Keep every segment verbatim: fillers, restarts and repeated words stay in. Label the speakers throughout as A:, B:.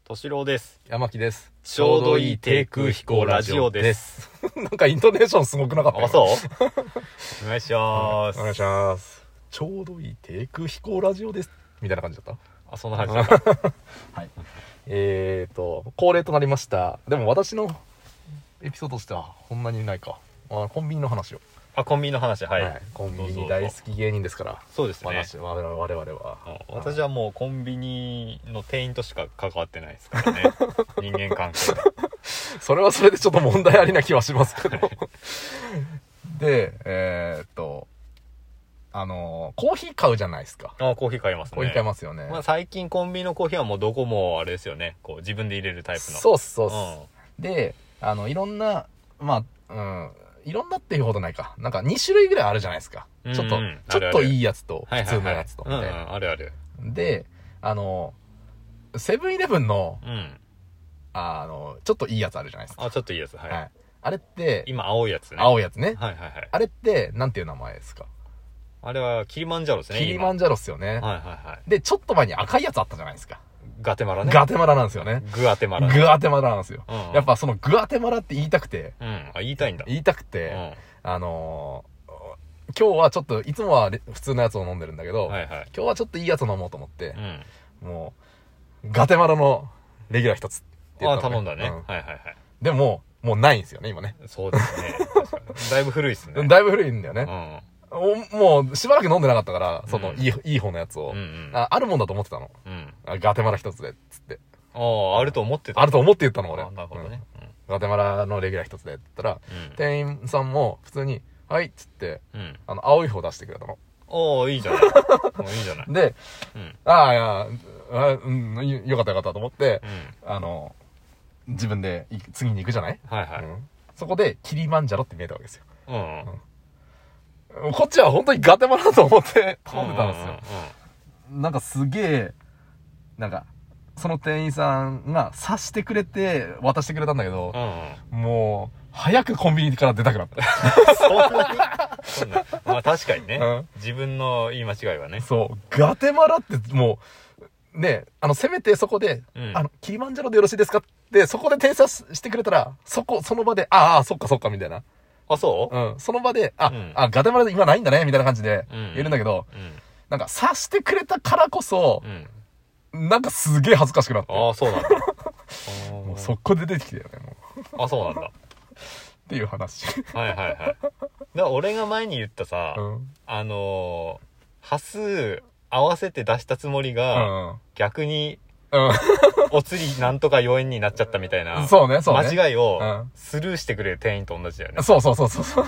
A: 敏郎です。
B: 山木です。
A: ちょうどいい低空飛行ラジオです。
B: なんかイントネーションすごくなかった？
A: あ、そうお願いします、
B: お願いします。ちょうどいい低空飛行ラジオですみたいな感じだった？
A: あ、そんな感じだった
B: はい。えーと恒例となりました。でも私のエピソードとしてはこんなにないか。あ、コンビニの話を。
A: あ、コンビニの話、はい、はい、
B: コンビニ大好き芸人ですから。
A: そうですね。
B: 私我々我々は、
A: 私はもうコンビニの店員としか関わってないですからね人間関係が
B: それはそれでちょっと問題ありな気はしますけどでえー、っとあのコーヒー買うじゃないですか。
A: あ、コーヒー買いますね。
B: コーヒー買いますよね。
A: まあ、最近コンビニのコーヒーはもうどこもあれですよね、こう自分で入れるタイプの。
B: そうそうそう、うん、であのいろんなまあうんいろんなっていうほどないか。なんかに種類ぐらいあるじゃないですか。
A: うんうん、
B: ちょっと、ちょっといいやつと、普通のやつと。
A: はいはいはい、うんうん、あるある。
B: で、あの、セブンイレブンの、
A: うん、
B: あの、ちょっといいやつあるじゃないですか。
A: あ、ちょっといいやつ、はい。はい、
B: あれって、
A: 今、青いやつね。
B: 青いやつね。
A: はいはいはい。
B: あれって、なんていう名前ですか？
A: あれは、キリマンジャロですね。
B: キリマンジャロっすよね。はい
A: はいはい。
B: で、ちょっと前に赤いやつあったじゃないですか。
A: ガテマラね。
B: ガテマラなんですよね。
A: グアテマラ、ね。
B: グアテマラなんですよ。
A: うんうん、
B: やっぱそのグアテマラって言いたくて。
A: うん。あ、言いたいんだ。
B: 言いたくて、
A: うん、
B: あのー、今日はちょっと、いつもは普通のやつを飲んでるんだけど、
A: はいはい、
B: 今日はちょっといいやつ飲もうと思って、
A: うん、
B: もう、ガテマラのレギュラー一つって
A: 言ったの、ね。あ、頼んだね、うん。はいはいはい。
B: でも、もうないんですよね、今ね。
A: そうですね。確かに。だいぶ古いっすね。
B: だいぶ古いんだよね。うん、もう、しばらく飲んでなかったから、その、うん、いい、いい方のやつを、うんうん、あ。あるもんだと思ってたの。うん、あガテマラ一つで、つって。
A: ああ、あると思ってた。
B: あると思って言ったの、俺。
A: なるほどね。
B: うん、ガテマラのレギュラー一つでって言ったら、うん、店員さんも普通に、はいっつって、うん、あの、青い方出してくれたの。
A: おー、いいじゃない。もういいじゃない。
B: で、うん、ああ、いや、あ、うん、よかったよかったと思って、うん、あの、自分で次に行くじゃない？
A: はいはい。うん、
B: そこで、キリマンジャロって見えたわけですよ。
A: うん。
B: うん、こっちは本当にガテマラだと思って頼んでたんですよ。うんうんうん、なんかすげえ、なんか、その店員さんが察してくれて渡してくれたんだけど、うんうん、もう、早くコンビニから出たくなった。
A: そんなにそんな。まあ確かにね、うん。自分の言い間違いはね。
B: そう。ガテマラってもう、ね、あの、せめてそこで、うん、あの、キリマンジャロでよろしいですかって、そこで訂正してくれたら、そこ、その場で、ああ、そっかそっか、みたいな。
A: あ、そう
B: うん。その場で、あ、うん、あ、ガテマラで今ないんだね、みたいな感じで言えるんだけど、
A: うんうん、
B: なんか察してくれたからこそ、うん、なんかすげえ恥ずかしくなって。
A: ああ、そうなんだ。
B: もう速攻で出てきてよね、も
A: う。あ、そうなんだ。
B: っていう話。
A: はいはいはい。だから俺が前に言ったさ、うん、あのー、端数合わせて出したつもりが、うん、逆に、うん、お釣りなんとかよえんになっちゃったみたいな、
B: そうね、そうね。
A: 間違いをスルーしてくれる店員と同じだよね。
B: そうそうそうそう。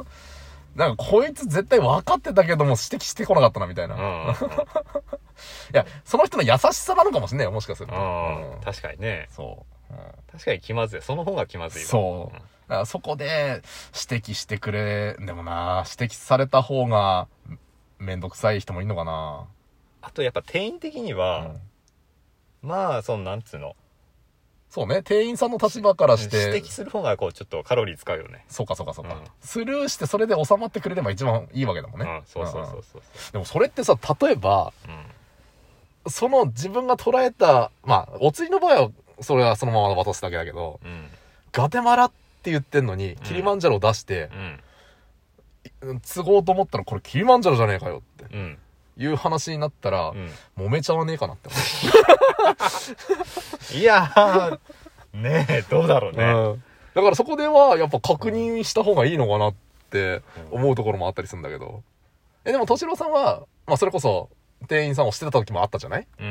B: なんかこいつ絶対分かってたけども指摘してこなかったなみたいな。うんうんうん、いや、その人の優しさなのかもしれないよ、もしかすると。
A: うん、確かにね。
B: そう、うん。
A: 確かに気まずい。その方が気まずいわ。
B: そう。うん、だからそこで指摘してくれ、でもな、指摘された方がめんどくさい人もいるのかな。
A: あとやっぱ店員的には、うん、まあ、そのなんつうの。
B: そうね、店員さんの立場からして。
A: 指摘する方がこうちょっとカロリー使うよね。
B: そうかそうかそうか。うん、スルーしてそれで収まってくれれば一番いいわけだもんね。
A: うん、そうそうそうそう、
B: うん。でもそれってさ、例えば、うん、その自分が捉えた、まあ、お釣りの場合は、それはそのまま渡すだけだけど、うん、ガテマラって言ってんのに、キリマンジャロを出して、うん、都合と思ったらこれキリマンジャロじゃねえかよって。うんいう話になったら、うん、揉めちゃわねえかなって思
A: う。いやー、ねえ、どうだろうね、うん。
B: だからそこでは、やっぱ確認した方がいいのかなって思うところもあったりするんだけど。え、でも、敏郎さんは、まあ、それこそ、店員さんをしてた時もあったじゃない？うん。うん。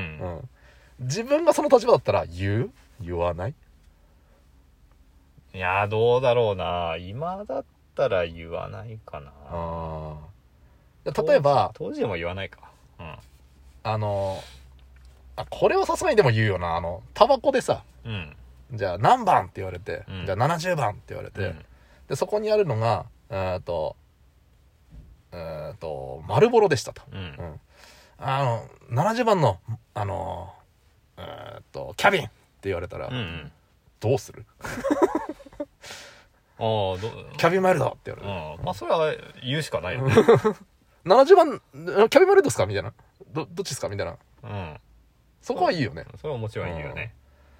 B: 自分がその立場だったら、言う？言わない？
A: いやー、どうだろうな。今だったら言わないかな。
B: あー。例えば
A: 当時でも言わないか、うん、
B: あのあこれはさすがにでも言うよな。あのタバコでさ、うん、じゃあ何番って言われて、うん、じゃあななじゅうばんって言われて、うん、でそこにあるのがえっとえっと丸ボロでしたと、うんうん、あのななじゅうばんのあのえっとキャビンって言われたら、うんうん、どうする？
A: あど
B: キャビンマイルドって言われる、
A: うん、まあそれは言うしかないよね。
B: ななじゅうばんキャビンマイルドですかみたいな、どどっちですかみたいな、うん、そこはいいよね。
A: それはもちろんいいよね、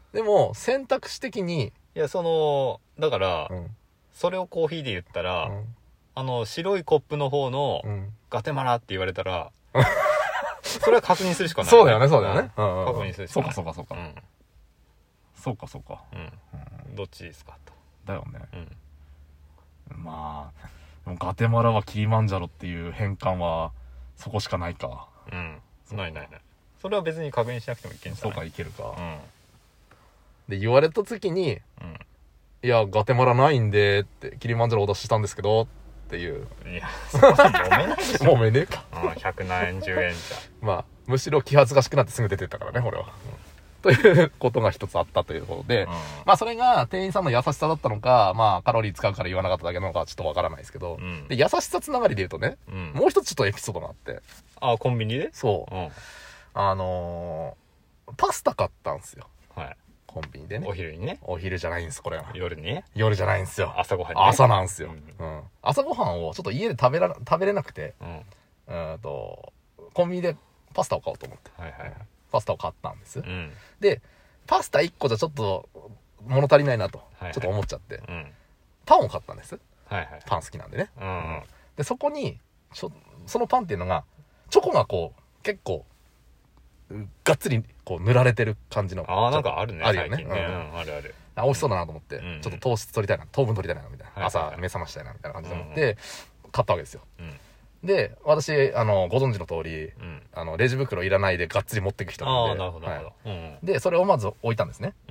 B: でも選択肢的に、
A: いやそのだから、
B: うん、
A: それをコーヒーで言ったら、うん、あの白いコップの方の、うん、ガテマラって言われたらそれは確認するしかない、ね、
B: そうだよねそうだよね、
A: うんうん、確認するしかない。
B: そうかそうかそうか、うん、そうかそうか、うん
A: うん、どっちですかと。
B: だよね、うん、まあでもガテマラはキリマンジャロっていう変換はそこしかないか。
A: うん、ないないない。それは別に確認しなくてもいけんじゃない。
B: そうか、いけるか、うん、
A: で
B: 言われた時に、うん、いやガテマラないんでってキリマンジャロお出ししたんですけどっていう。
A: いやそこは揉めないでしょ
B: 揉めねえか、
A: うん、ひゃく何十円じ
B: ゃまあむしろ気恥ずかしくなってすぐ出てったからね俺は、うん、ということが一つあったということで、うん、まあそれが店員さんの優しさだったのか、まあカロリー使うから言わなかっただけなのかちょっとわからないですけど、うん、で優しさつながりで言うとね、うん、もう一つちょっとエピソードがあって。
A: あ、コンビニで？
B: そう、うん、あのー、パスタ買ったんですよ。はい。コンビニでね。
A: お昼にね。
B: お昼じゃないんです、これは。
A: 夜に？
B: 夜じゃないんですよ。
A: 朝ごはんね。
B: 朝なんですよ、うん。うん。朝ごはんをちょっと家で食べら、食べれなくて、うん。うんと、コンビニでパスタを買おうと思って。はいはいはい。パスタを買ったんです。うん。で、パスタいっこじゃちょっと物足りないなと、はいはい、ちょっと思っちゃって、うん。パンを買ったんです。はいはい。パン好きなんでね。うん。うん、で、そこに、ちょ、そのパンっていうのが、チョコがこう、結構、がっつりこう塗られてる感じの。
A: ああ、なんかあるね。
B: あるよね。
A: 最近ね、うん、あるある。
B: あ、美味しそうだなと思って、うんうん、ちょっと糖質取りたいな、糖分取りたいな、みたいな。はいはいはい、朝目覚ましたいな、みたいな感じで思って、うんうん、買ったわけですよ。うん、で、私、あの、ご存知の通り、うん、あの、レジ袋いらないでがっつり持っていく人なんで。
A: ああ、なるほど、なるほど、
B: はい、うんうん。で、それをまず置いたんですね。うん、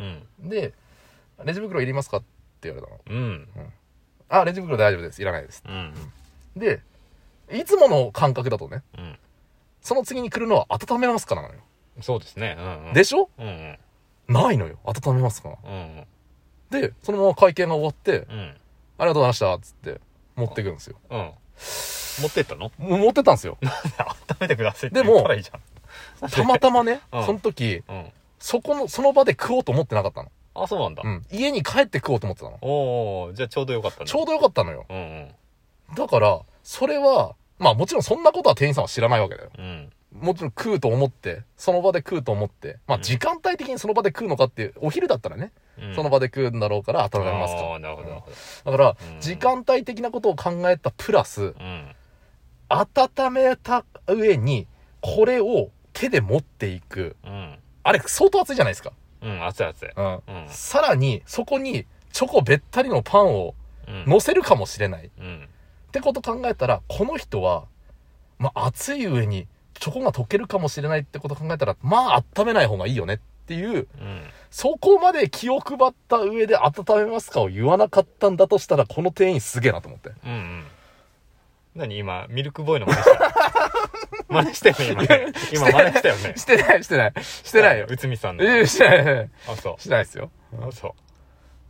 B: で、レジ袋いりますかって言われたの。うん。うん、あ、レジ袋大丈夫です。いらないです。うん、で、いつもの感覚だとね、うん、その次に来るのは温めますからなのよ。
A: そうですね。うんうん、
B: でしょ、うんうん、ないのよ。温めますから。うんうん、で、そのまま会計が終わって、うん、ありがとうございましたっつって持ってくるんですよ。
A: うん。持ってったの？
B: 持ってったんですよ。
A: 温めてくださいって言ったらいいじゃん。
B: たまたまね、うん、その時、うん、そこの、その場で食おうと思ってなかったの。
A: あ、そうなんだ。
B: うん。家に帰って食おうと思ってたの。
A: おー、じゃあちょうどよかったね。
B: ちょうどよかったのよ。うんうん。だから、それは、まあもちろんそんなことは店員さんは知らないわけだよ。うん。もちろん食うと思って、その場で食うと思って、まあ時間帯的にその場で食うのかっていう、お昼だったらね、うん、その場で食うんだろうから温めますか。ああ、なるほど、なるほど。だから、うん、時間帯的なことを考えたプラス、うん、温めた上に、これを手で持っていく。うん、あれ、相当熱いじゃないですか。
A: うん、熱い熱い。うん。うん、
B: さらに、そこに、チョコべったりのパンを乗せるかもしれない。うん、ってこと考えたら、この人は、まあ、熱い上に、チョコが溶けるかもしれないってこと考えたら、まあ、温めない方がいいよねっていう、うん、そこまで気を配った上で温めますかを言わなかったんだとしたら、この店員すげえなと思って。うんうん。
A: 何今、ミルクボーイの真似した真似したよね、今ね。今真似したよね。
B: してない、してない。してないよ。
A: 内海さんの。
B: ええ、してない。
A: あ、そう。
B: してないですよ。
A: あ、そう。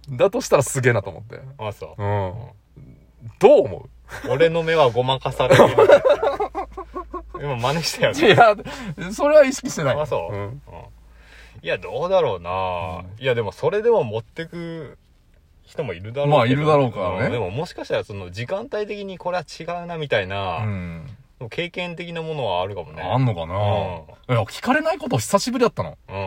B: だとしたらすげえなと思って。
A: あ、そう。
B: うん。うん、どう思
A: う？俺の目はごまかされる。今真似したよね。
B: いや、それは意識してない。
A: あ、そう。うんうん、いや、どうだろうな、うん、いや、でもそれでも持ってく人もいるだろうけど。
B: まあ、いるだろうからね、
A: うん。でももしかしたら、その、時間帯的にこれは違うな、みたいな、うん、経験的なものはあるかもね。
B: あんのかな、うん、いや、聞かれないこと久しぶりだったの。うんうん、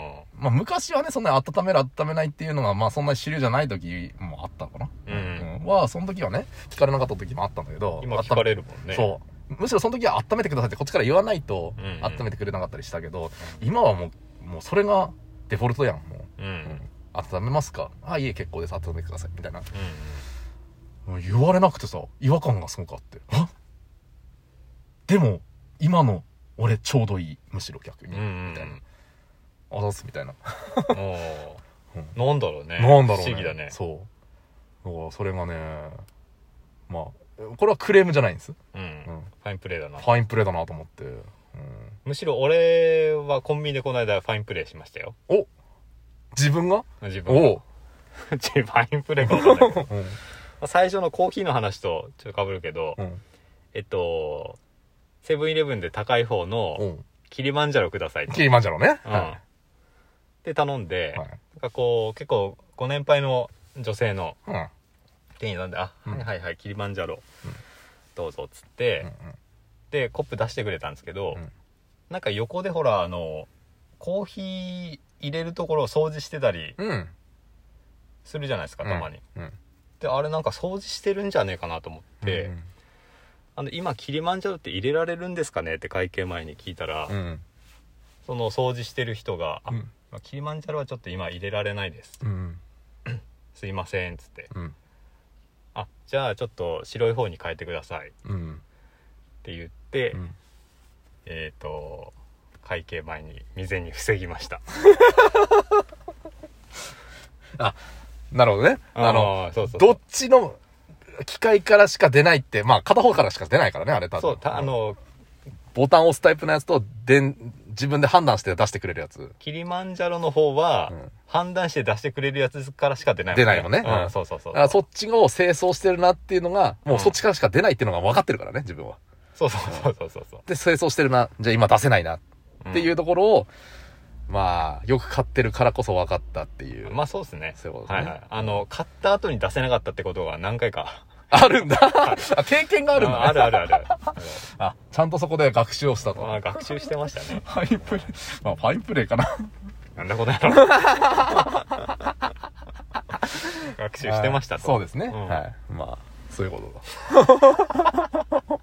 B: まあ、昔はね、そんなに温める温めないっていうのが、まあ、そんなに主流じゃない時もあったのかな。うん。うん、は、その時はね、聞かれなかった時もあったんだけど。
A: 今聞かれるもんね。
B: そう。むしろその時は温めてくださいってこっちから言わないと温めてくれなかったりしたけど、うん、今はもう、もうそれがデフォルトやん、もう。うんうん、温めますか？あ、いえ、結構です。温めてください。みたいな、うんうん。言われなくてさ、違和感がすごかって。あでも、今の俺ちょうどいい。むしろ逆に。うんうん、みたいな。あざすみたいな。
A: うん、なんだろうね。
B: なんだろうね。
A: 不思議だね。
B: そう。だからそれがね、まあ、これはクレームじゃないんです。うん。うん、
A: ファインプレーだな。
B: ファインプレーだなと思って。うん、
A: むしろ俺はコンビニでこの間ファインプレーしましたよ。
B: お自分が
A: 自分が。おファインプレーか分かんないけど、うん、最初のコーヒーの話とちょっと被るけど、うん、えっと、セブンイレブンで高い方のキリマンジャロくださいと。
B: キリマンジャロね。
A: うん。はい、で頼んで、はい、なんかこう、結構ご年配の女性の、うん店員なんで、あ、うん、はいはいはい、キリマンジャロ、うん、どうぞっつって、うんうん、でコップ出してくれたんですけど、うん、なんか横でほらあのコーヒー入れるところを掃除してたりするじゃないですか、
B: うん、
A: たまに、
B: うん、
A: であれなんか掃除してるんじゃねえかなと思って、うん、あの今キリマンジャロって入れられるんですかねって会計前に聞いたら、うん、その掃除してる人が、うん、あキリマンジャロはちょっと今入れられないです、うん、すいませんっつって、うん、あじゃあちょっと白い方に変えてください、うん、って言って、うん、えっ、ー、と会計前に未然に防ぎました
B: あ、なるほどね。あの、そうそうそう、どっちの機械からしか出ないって、まあ片方からしか出ないからね、あれ多分。そう、たあの、ボタンを押すタイプのやつと、で自分で判断して出してくれるやつ。
A: キリマンジャロの方は、うん、判断して出してくれるやつからしか出ない
B: もんね。出ないもんね。
A: うん、そうそうそう。
B: だからそっちを清掃してるなっていうのが、もうそっちからしか出ないっていうのが分かってるからね、自分は。
A: そうそうそうそうそう。
B: で、清掃してるな、じゃあ今出せないなっていうところを、うん、まあ、よく買ってるからこそ分かったっていう。
A: まあそうですね。
B: そういうことですね。
A: はいはい。あの、買った後に出せなかったってことが何回か。
B: あるんだ。あ、経験があるんだ、ね。
A: あるあるある。
B: あ、ちゃんとそこで学習をしたと。
A: まあ学習してましたね。
B: ファインプレイ。まあファインプレイかな。
A: なんだこの野郎。学習してましたと。
B: そうですね。うん、はい。まあ、そういうことだ。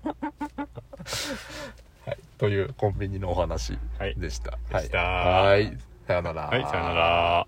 B: はい。というコンビニのお話でした。
A: はい。でした。
B: はい。はい。さよなら。
A: はい、さよなら。